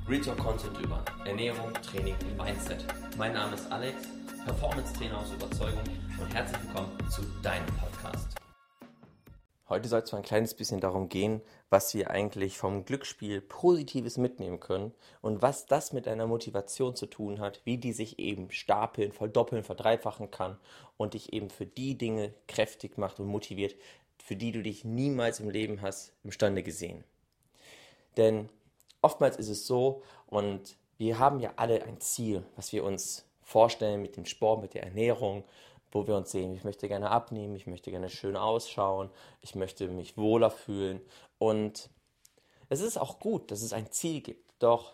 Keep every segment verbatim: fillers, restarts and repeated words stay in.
Real Talk Content über Ernährung, Training und Mindset. Mein Name ist Alex, Performance-Trainer aus Überzeugung und herzlich willkommen zu deinem Podcast. Heute soll es mal ein kleines bisschen darum gehen, was wir eigentlich vom Glücksspiel Positives mitnehmen können und was das mit deiner Motivation zu tun hat, wie die sich eben stapeln, verdoppeln, verdreifachen kann und dich eben für die Dinge kräftig macht und motiviert, für die du dich niemals im Leben hast imstande gesehen. Denn oftmals ist es so, und wir haben ja alle ein Ziel, was wir uns vorstellen mit dem Sport, mit der Ernährung, wo wir uns sehen, ich möchte gerne abnehmen, ich möchte gerne schön ausschauen, ich möchte mich wohler fühlen. Und es ist auch gut, dass es ein Ziel gibt. Doch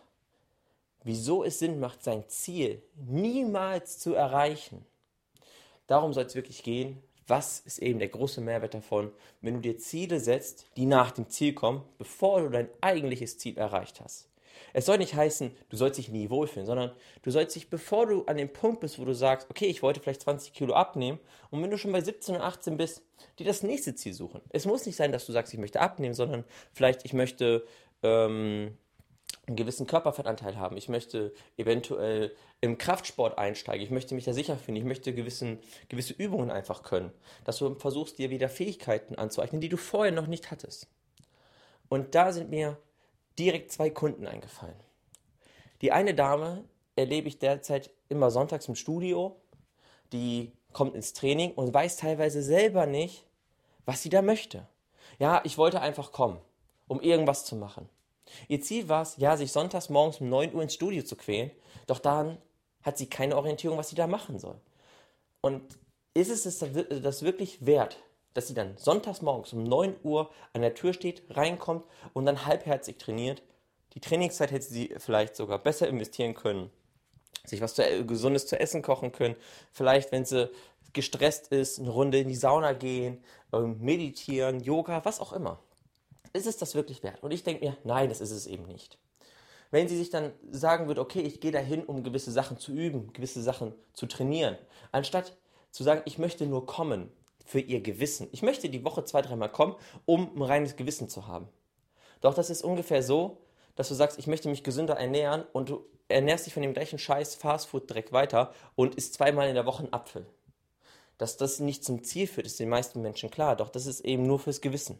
wieso es Sinn macht, sein Ziel niemals zu erreichen? Darum soll es wirklich gehen. Was ist eben der große Mehrwert davon, wenn du dir Ziele setzt, die nach dem Ziel kommen, bevor du dein eigentliches Ziel erreicht hast? Es soll nicht heißen, du sollst dich nie wohlfühlen, sondern du sollst dich, bevor du an dem Punkt bist, wo du sagst, okay, ich wollte vielleicht zwanzig Kilo abnehmen, und wenn du schon bei siebzehn oder achtzehn bist, dir das nächste Ziel suchen. Es muss nicht sein, dass du sagst, ich möchte abnehmen, sondern vielleicht, ich möchte ähm, einen gewissen Körperfettanteil haben, ich möchte eventuell im Kraftsport einsteigen, ich möchte mich da sicher fühlen, ich möchte gewissen, gewisse Übungen einfach können, dass du versuchst, dir wieder Fähigkeiten anzueignen, die du vorher noch nicht hattest. Und da sind mir direkt zwei Kunden eingefallen. Die eine Dame erlebe ich derzeit immer sonntags im Studio, die kommt ins Training und weiß teilweise selber nicht, was sie da möchte. Ja, ich wollte einfach kommen, um irgendwas zu machen. Ihr Ziel war es, ja, sich sonntags morgens um neun Uhr ins Studio zu quälen, doch dann hat sie keine Orientierung, was sie da machen soll. Und ist es das wirklich wert, dass sie dann sonntags morgens um neun Uhr an der Tür steht, reinkommt und dann halbherzig trainiert? Die Trainingszeit hätte sie vielleicht sogar besser investieren können, sich was Gesundes zu essen kochen können, vielleicht, wenn sie gestresst ist, eine Runde in die Sauna gehen, meditieren, Yoga, was auch immer. Ist es das wirklich wert? Und ich denke mir, nein, das ist es eben nicht. Wenn sie sich dann sagen würde, okay, ich gehe dahin, um gewisse Sachen zu üben, gewisse Sachen zu trainieren, anstatt zu sagen, ich möchte nur kommen für ihr Gewissen. Ich möchte die Woche zwei, dreimal kommen, um ein reines Gewissen zu haben. Doch das ist ungefähr so, dass du sagst, ich möchte mich gesünder ernähren und du ernährst dich von dem gleichen Scheiß Fastfood direkt weiter und isst zweimal in der Woche einen Apfel. Dass das nicht zum Ziel führt, ist den meisten Menschen klar, doch das ist eben nur fürs Gewissen.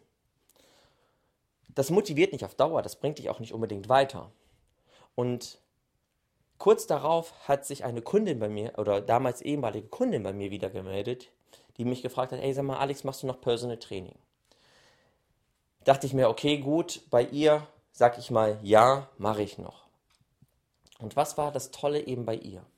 Das motiviert nicht auf Dauer, das bringt dich auch nicht unbedingt weiter. Und kurz darauf hat sich eine Kundin bei mir, oder damals ehemalige Kundin bei mir wieder gemeldet, die mich gefragt hat, ey, sag mal, Alex, machst du noch Personal Training? Dachte ich mir, okay, gut, bei ihr sag ich mal, ja, mache ich noch. Und was war das Tolle eben bei ihr?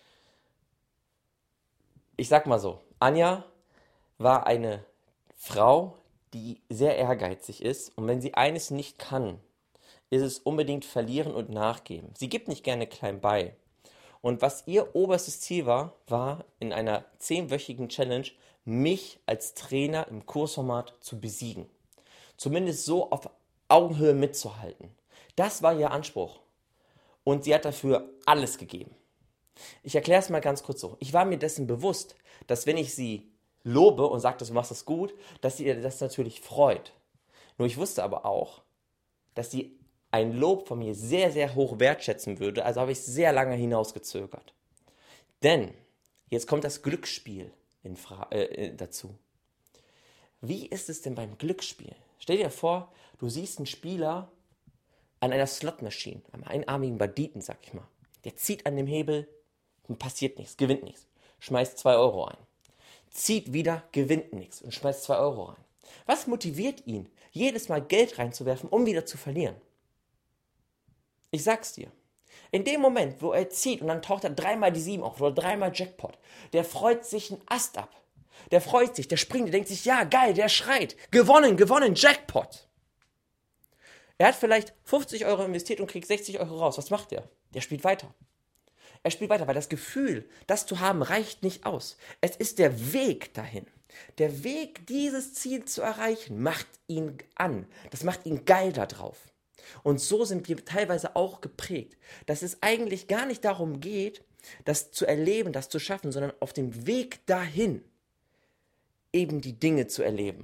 Ich sag mal so, Anja war eine Frau, die sehr ehrgeizig ist, und wenn sie eines nicht kann, ist es unbedingt verlieren und nachgeben. Sie gibt nicht gerne klein bei. Und was ihr oberstes Ziel war, war in einer zehnwöchigen Challenge, mich als Trainer im Kursformat zu besiegen. Zumindest so auf Augenhöhe mitzuhalten. Das war ihr Anspruch. Und sie hat dafür alles gegeben. Ich erkläre es mal ganz kurz so. Ich war mir dessen bewusst, dass wenn ich sie lobe und sage, du machst das gut, dass sie das natürlich freut. Nur ich wusste aber auch, dass sie ein Lob von mir sehr, sehr hoch wertschätzen würde, also habe ich sehr lange hinausgezögert. Denn, jetzt kommt das Glücksspiel in Fra- äh, dazu. Wie ist es denn beim Glücksspiel? Stell dir vor, du siehst einen Spieler an einer Slot-Maschine, einem einarmigen Banditen, sag ich mal. Der zieht an dem Hebel und passiert nichts, gewinnt nichts, schmeißt zwei Euro ein. Zieht wieder, gewinnt nichts und schmeißt zwei Euro rein. Was motiviert ihn, jedes Mal Geld reinzuwerfen, um wieder zu verlieren? Ich sag's dir. In dem Moment, wo er zieht und dann taucht er dreimal die sieben auf oder dreimal Jackpot, der freut sich einen Ast ab. Der freut sich, der springt, der denkt sich, ja geil, der schreit, gewonnen, gewonnen, Jackpot. Er hat vielleicht fünfzig Euro investiert und kriegt sechzig Euro raus. Was macht er? Der spielt weiter. Er spielt weiter, weil das Gefühl, das zu haben, reicht nicht aus. Es ist der Weg dahin. Der Weg, dieses Ziel zu erreichen, macht ihn an. Das macht ihn geil da drauf. Und so sind wir teilweise auch geprägt, dass es eigentlich gar nicht darum geht, das zu erleben, das zu schaffen, sondern auf dem Weg dahin eben die Dinge zu erleben.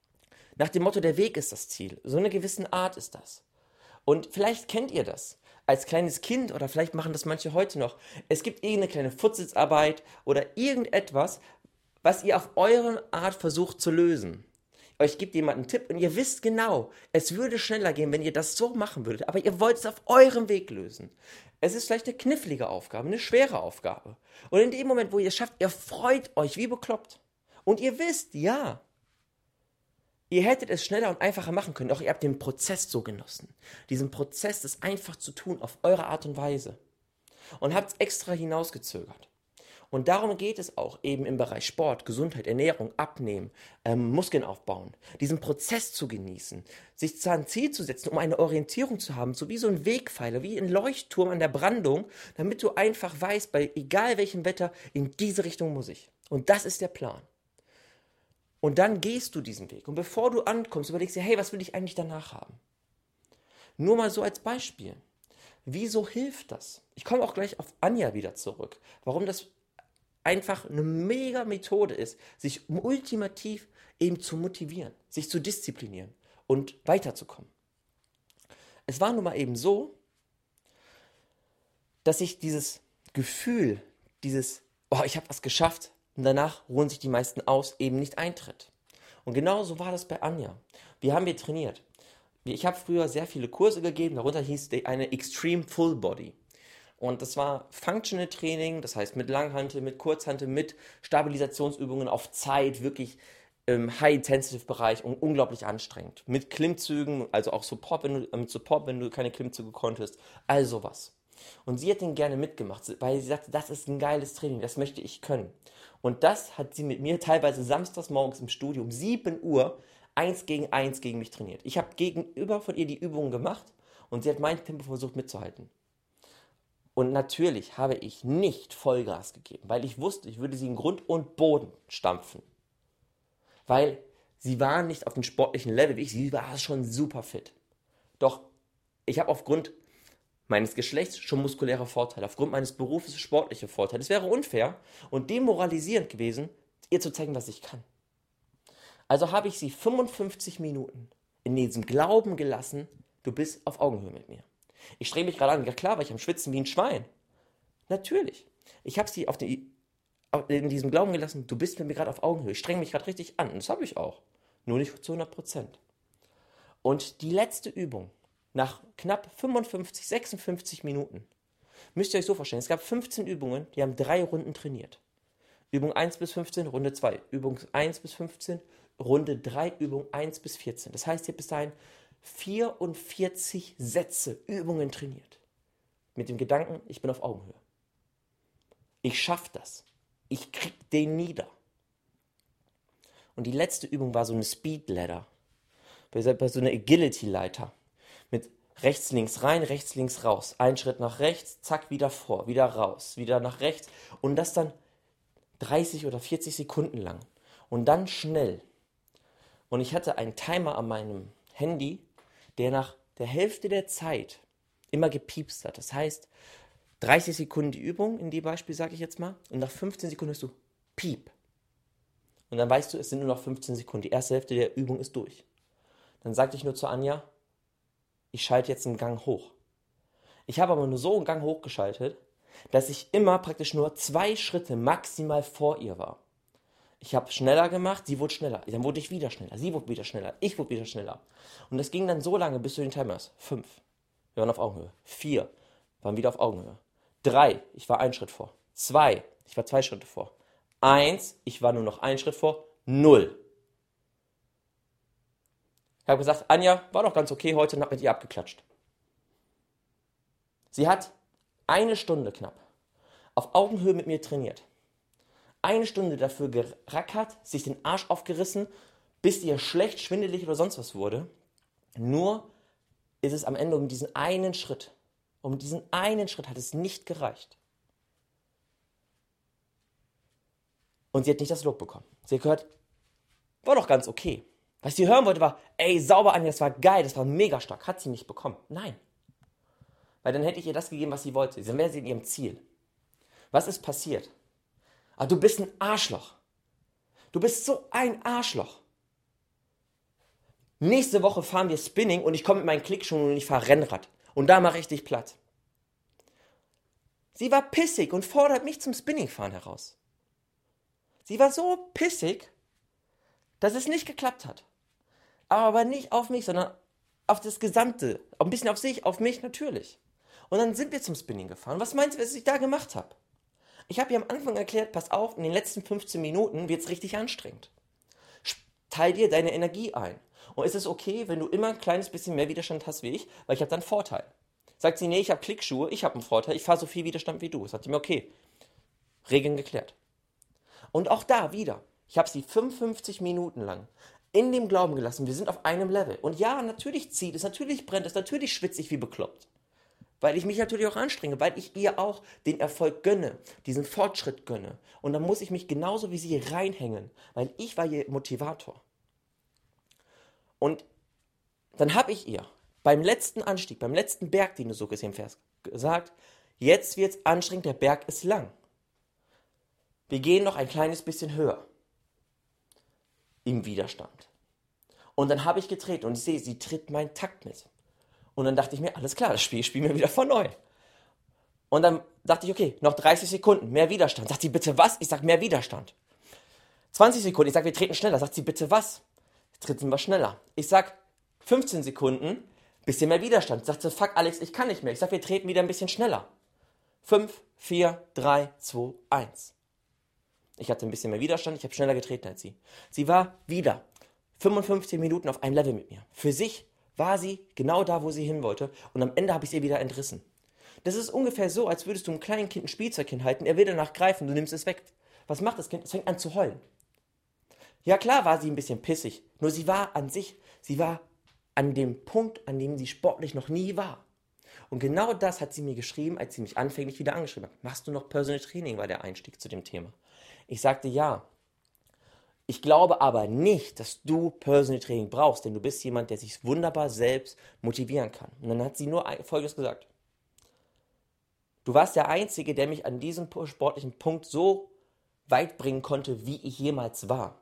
Nach dem Motto, der Weg ist das Ziel. So eine gewisse Art ist das. Und vielleicht kennt ihr das. als kleines Kind, oder vielleicht machen das manche heute noch, es gibt irgendeine kleine Futzelsarbeit oder irgendetwas, was ihr auf eure Art versucht zu lösen. Euch gibt jemand einen Tipp und ihr wisst genau, es würde schneller gehen, wenn ihr das so machen würdet, aber ihr wollt es auf eurem Weg lösen. Es ist vielleicht eine knifflige Aufgabe, eine schwere Aufgabe. Und in dem Moment, wo ihr es schafft, ihr freut euch wie bekloppt. Und ihr wisst, ja, ihr hättet es schneller und einfacher machen können, doch ihr habt den Prozess so genossen. Diesen Prozess, das einfach zu tun, auf eure Art und Weise. Und habt es extra hinausgezögert. Und darum geht es auch eben im Bereich Sport, Gesundheit, Ernährung, Abnehmen, ähm, Muskeln aufbauen, diesen Prozess zu genießen, sich zu einem Ziel zu setzen, um eine Orientierung zu haben, so wie so ein Wegpfeiler, wie ein Leuchtturm an der Brandung, damit du einfach weißt, bei egal welchem Wetter, in diese Richtung muss ich. Und das ist der Plan. Und dann gehst du diesen Weg. Und bevor du ankommst, überlegst du dir, hey, was will ich eigentlich danach haben? Nur mal so als Beispiel. Wieso hilft das? Ich komme auch gleich auf Anja wieder zurück. Warum das einfach eine mega Methode ist, sich ultimativ eben zu motivieren, sich zu disziplinieren und weiterzukommen. Es war nun mal eben so, dass ich dieses Gefühl, dieses, oh, ich habe was geschafft und danach ruhen sich die meisten aus, eben nicht eintritt. Und genau so war das bei Anja. Wir haben hier trainiert. Ich habe früher sehr viele Kurse gegeben, darunter hieß eine Extreme Full Body. Und das war Functional Training, das heißt mit Langhantel, mit Kurzhantel, mit Stabilisationsübungen auf Zeit, wirklich im High-Intensive-Bereich und unglaublich anstrengend. Mit Klimmzügen, also auch Support, wenn du, mit Support, wenn du keine Klimmzüge konntest, all sowas. Und sie hat den gerne mitgemacht, weil sie sagte, das ist ein geiles Training, das möchte ich können. Und das hat sie mit mir teilweise samstags morgens im Studio um sieben Uhr eins gegen eins gegen mich trainiert. Ich habe gegenüber von ihr die Übungen gemacht und sie hat mein Tempo versucht mitzuhalten. Und natürlich habe ich nicht Vollgas gegeben, weil ich wusste, ich würde sie in Grund und Boden stampfen. Weil sie war nicht auf dem sportlichen Level wie ich, sie war schon super fit. Doch ich habe aufgrund meines Geschlechts schon muskuläre Vorteile, aufgrund meines Berufes sportliche Vorteile. Es wäre unfair und demoralisierend gewesen, ihr zu zeigen, was ich kann. Also habe ich sie fünfundfünfzig Minuten in diesem Glauben gelassen, du bist auf Augenhöhe mit mir. Ich strebe mich gerade an, ja klar, weil ich am Schwitzen wie ein Schwein. Natürlich. Ich habe sie auf die, in diesem Glauben gelassen, du bist mit mir gerade auf Augenhöhe. Ich strenge mich gerade richtig an. Und das habe ich auch. Nur nicht zu hundert Prozent. Und die letzte Übung, nach knapp fünfundfünfzig, sechsundfünfzig Minuten, müsst ihr euch so vorstellen, es gab fünfzehn Übungen, die haben drei Runden trainiert. Übung eins bis fünfzehn, Runde zwei. Übung eins bis fünfzehn, Runde drei, Übung eins bis vierzehn. Das heißt, ihr habt bis dahin vierundvierzig Sätze, Übungen trainiert. Mit dem Gedanken, ich bin auf Augenhöhe. Ich schaffe das. Ich krieg den nieder. Und die letzte Übung war so eine Speed Ladder. So eine Agility-Leiter. Mit rechts, links rein, rechts, links raus. Ein Schritt nach rechts, zack, wieder vor, wieder raus, wieder nach rechts. Und das dann dreißig oder vierzig Sekunden lang. Und dann schnell. Und ich hatte einen Timer an meinem Handy, der nach der Hälfte der Zeit immer gepiepst hat. Das heißt, dreißig Sekunden die Übung, in dem Beispiel sage ich jetzt mal, und nach fünfzehn Sekunden hörst du Piep. Und dann weißt du, es sind nur noch fünfzehn Sekunden. Die erste Hälfte der Übung ist durch. Dann sagte ich nur zu Anja, ich schalte jetzt einen Gang hoch. Ich habe aber nur so einen Gang hochgeschaltet, dass ich immer praktisch nur zwei Schritte maximal vor ihr war. Ich habe schneller gemacht, sie wurde schneller. Dann wurde ich wieder schneller, sie wurde wieder schneller, ich wurde wieder schneller. Und das ging dann so lange, bis du den Timer hast. Fünf, wir waren auf Augenhöhe. Vier, waren wieder auf Augenhöhe. Drei, ich war einen Schritt vor. Zwei, ich war zwei Schritte vor. Eins, ich war nur noch einen Schritt vor. Null. Ich habe gesagt, Anja, war doch ganz okay heute und habe mit ihr abgeklatscht. Sie hat eine Stunde knapp auf Augenhöhe mit mir trainiert. Eine Stunde dafür gerackert, sich den Arsch aufgerissen, bis ihr schlecht, schwindelig oder sonst was wurde. Nur ist es am Ende um diesen einen Schritt, um diesen einen Schritt hat es nicht gereicht. Und sie hat nicht das Lob bekommen. Sie hat gehört, war doch ganz okay. Was sie hören wollte war, ey, sauber Anja, das war geil, das war mega stark. Hat sie nicht bekommen. Nein. Weil dann hätte ich ihr das gegeben, was sie wollte. Dann wäre sie in ihrem Ziel. Was ist passiert? Ah, du bist ein Arschloch. Du bist so ein Arschloch. Nächste Woche fahren wir Spinning und ich komme mit meinen Klickschuhen und ich fahre Rennrad. Und da mache ich dich platt. Sie war pissig und fordert mich zum Spinningfahren heraus. Sie war so pissig, dass es nicht geklappt hat. Aber nicht auf mich, sondern auf das Gesamte. Ein bisschen auf sich, auf mich natürlich. Und dann sind wir zum Spinning gefahren. Was meinst du, was ich da gemacht habe? Ich habe ihr am Anfang erklärt, pass auf, in den letzten fünfzehn Minuten wird es richtig anstrengend. Teil dir deine Energie ein. Und ist es okay, wenn du immer ein kleines bisschen mehr Widerstand hast wie ich, weil ich habe dann einen Vorteil. Sagt sie, nee, ich habe Klickschuhe, ich habe einen Vorteil, ich fahre so viel Widerstand wie du. Sagt sie mir, okay, Regeln geklärt. Und auch da wieder, ich habe sie fünfundfünfzig Minuten lang in dem Glauben gelassen, wir sind auf einem Level. Und ja, natürlich zieht es, natürlich brennt es, natürlich schwitze ich wie bekloppt. Weil ich mich natürlich auch anstrenge, weil ich ihr auch den Erfolg gönne, diesen Fortschritt gönne. Und dann muss ich mich genauso wie sie reinhängen, weil ich war ihr Motivator. Und dann habe ich ihr beim letzten Anstieg, beim letzten Berg, den du so gesehen hast, gesagt, jetzt wird es anstrengend, der Berg ist lang. Wir gehen noch ein kleines bisschen höher im Widerstand. Und dann habe ich getreten und ich sehe, sie tritt meinen Takt mit. Und dann dachte ich mir, alles klar, das Spiel spielen wir wieder von neu. Und dann dachte ich, okay, noch dreißig Sekunden, mehr Widerstand. Sagt sie, bitte was? Ich sage, mehr Widerstand. zwanzig Sekunden, ich sage, wir treten schneller. Sagt sie, bitte was? Treten wir schneller. Ich sage, fünfzehn Sekunden, bisschen mehr Widerstand. Sagt sie, fuck Alex, ich kann nicht mehr. Ich sage, wir treten wieder ein bisschen schneller. fünf, vier, drei, zwei, eins. Ich hatte ein bisschen mehr Widerstand, ich habe schneller getreten als sie. Sie war wieder fünfundfünfzig Minuten auf einem Level mit mir. Für sich war sie genau da, wo sie hin wollte, und am Ende habe ich es ihr wieder entrissen. Das ist ungefähr so, als würdest du einem kleinen Kind ein Spielzeug hinhalten, er will danach greifen, du nimmst es weg. Was macht das Kind? Es fängt an zu heulen. Ja klar war sie ein bisschen pissig, nur sie war an sich, sie war an dem Punkt, an dem sie sportlich noch nie war. Und genau das hat sie mir geschrieben, als sie mich anfänglich wieder angeschrieben hat. Machst du noch Personal Training, war der Einstieg zu dem Thema. Ich sagte ja. Ich glaube aber nicht, dass du Personal Training brauchst, denn du bist jemand, der sich wunderbar selbst motivieren kann. Und dann hat sie nur Folgendes gesagt. Du warst der Einzige, der mich an diesem sportlichen Punkt so weit bringen konnte, wie ich jemals war.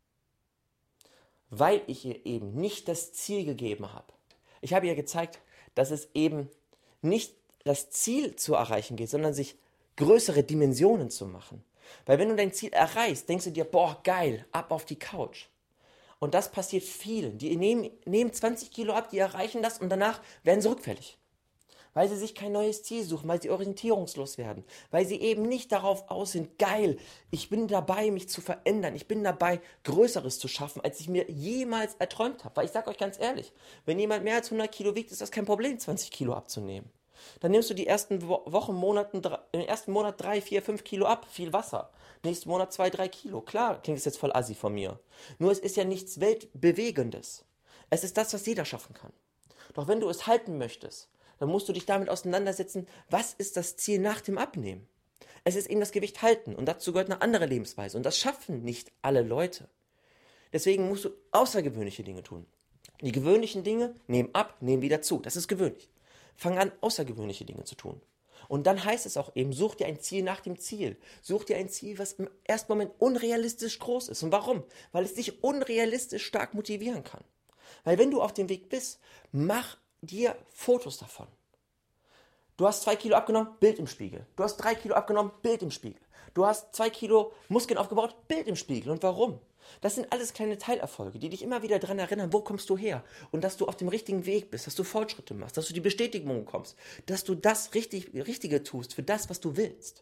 Weil ich ihr eben nicht das Ziel gegeben habe. Ich habe ihr gezeigt, dass es eben nicht das Ziel zu erreichen geht, sondern sich größere Dimensionen zu machen. Weil wenn du dein Ziel erreichst, denkst du dir, boah, geil, ab auf die Couch. Und das passiert vielen. Die nehmen, nehmen zwanzig Kilo ab, die erreichen das und danach werden sie rückfällig. Weil sie sich kein neues Ziel suchen, weil sie orientierungslos werden. Weil sie eben nicht darauf aus sind, geil, ich bin dabei, mich zu verändern. Ich bin dabei, Größeres zu schaffen, als ich mir jemals erträumt habe. Weil ich sage euch ganz ehrlich, wenn jemand mehr als hundert Kilo wiegt, ist das kein Problem, zwanzig Kilo abzunehmen. Dann nimmst du die ersten Wochen, Monaten, im ersten Monat drei, vier, fünf Kilo ab, viel Wasser. Nächsten Monat zwei, drei Kilo. Klar, klingt es jetzt voll assi von mir. Nur es ist ja nichts Weltbewegendes. Es ist das, was jeder schaffen kann. Doch wenn du es halten möchtest, dann musst du dich damit auseinandersetzen, was ist das Ziel nach dem Abnehmen? Es ist eben das Gewicht halten und dazu gehört eine andere Lebensweise und das schaffen nicht alle Leute. Deswegen musst du außergewöhnliche Dinge tun. Die gewöhnlichen Dinge nehmen ab, nehmen wieder zu. Das ist gewöhnlich. Fang an, außergewöhnliche Dinge zu tun. Und dann heißt es auch eben, such dir ein Ziel nach dem Ziel. Such dir ein Ziel, was im ersten Moment unrealistisch groß ist. Und warum? Weil es dich unrealistisch stark motivieren kann. Weil wenn du auf dem Weg bist, mach dir Fotos davon. Du hast zwei Kilo abgenommen, Bild im Spiegel. Du hast drei Kilo abgenommen, Bild im Spiegel. Du hast zwei Kilo Muskeln aufgebaut, Bild im Spiegel. Und warum? Das sind alles kleine Teilerfolge, die dich immer wieder daran erinnern, wo kommst du her? Und dass du auf dem richtigen Weg bist, dass du Fortschritte machst, dass du die Bestätigung bekommst, dass du das richtig, Richtige tust für das, was du willst.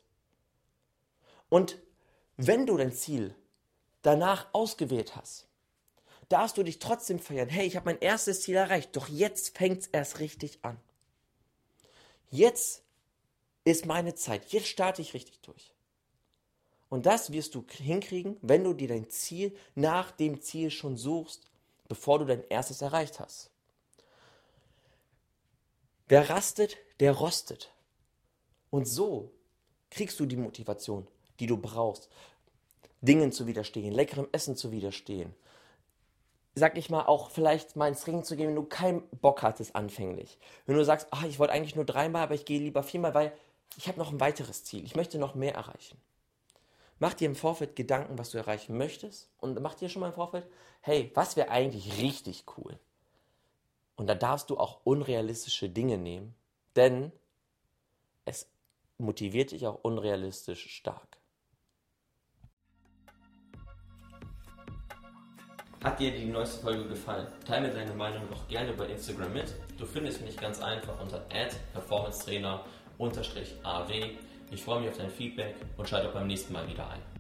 Und wenn du dein Ziel danach ausgewählt hast, darfst du dich trotzdem feiern. Hey, ich habe mein erstes Ziel erreicht, doch jetzt fängt es erst richtig an. Jetzt ist meine Zeit, jetzt starte ich richtig durch. Und das wirst du hinkriegen, wenn du dir dein Ziel nach dem Ziel schon suchst, bevor du dein erstes erreicht hast. Wer rastet, der rostet. Und so kriegst du die Motivation, die du brauchst, Dingen zu widerstehen, leckerem Essen zu widerstehen. Sag ich mal, auch vielleicht mal ins Training zu gehen, wenn du keinen Bock hattest anfänglich. Wenn du sagst, ach, ich wollte eigentlich nur dreimal, aber ich gehe lieber viermal, weil ich habe noch ein weiteres Ziel. Ich möchte noch mehr erreichen. Mach dir im Vorfeld Gedanken, was du erreichen möchtest, und mach dir schon mal im Vorfeld, hey, was wäre eigentlich richtig cool? Und da darfst du auch unrealistische Dinge nehmen, denn es motiviert dich auch unrealistisch stark. Hat dir die neueste Folge gefallen? Teile deine Meinung doch gerne bei Instagram mit. Du findest mich ganz einfach unter at performancetrainer unterstrich a w. Ich freue mich auf dein Feedback und schalte auch beim nächsten Mal wieder ein.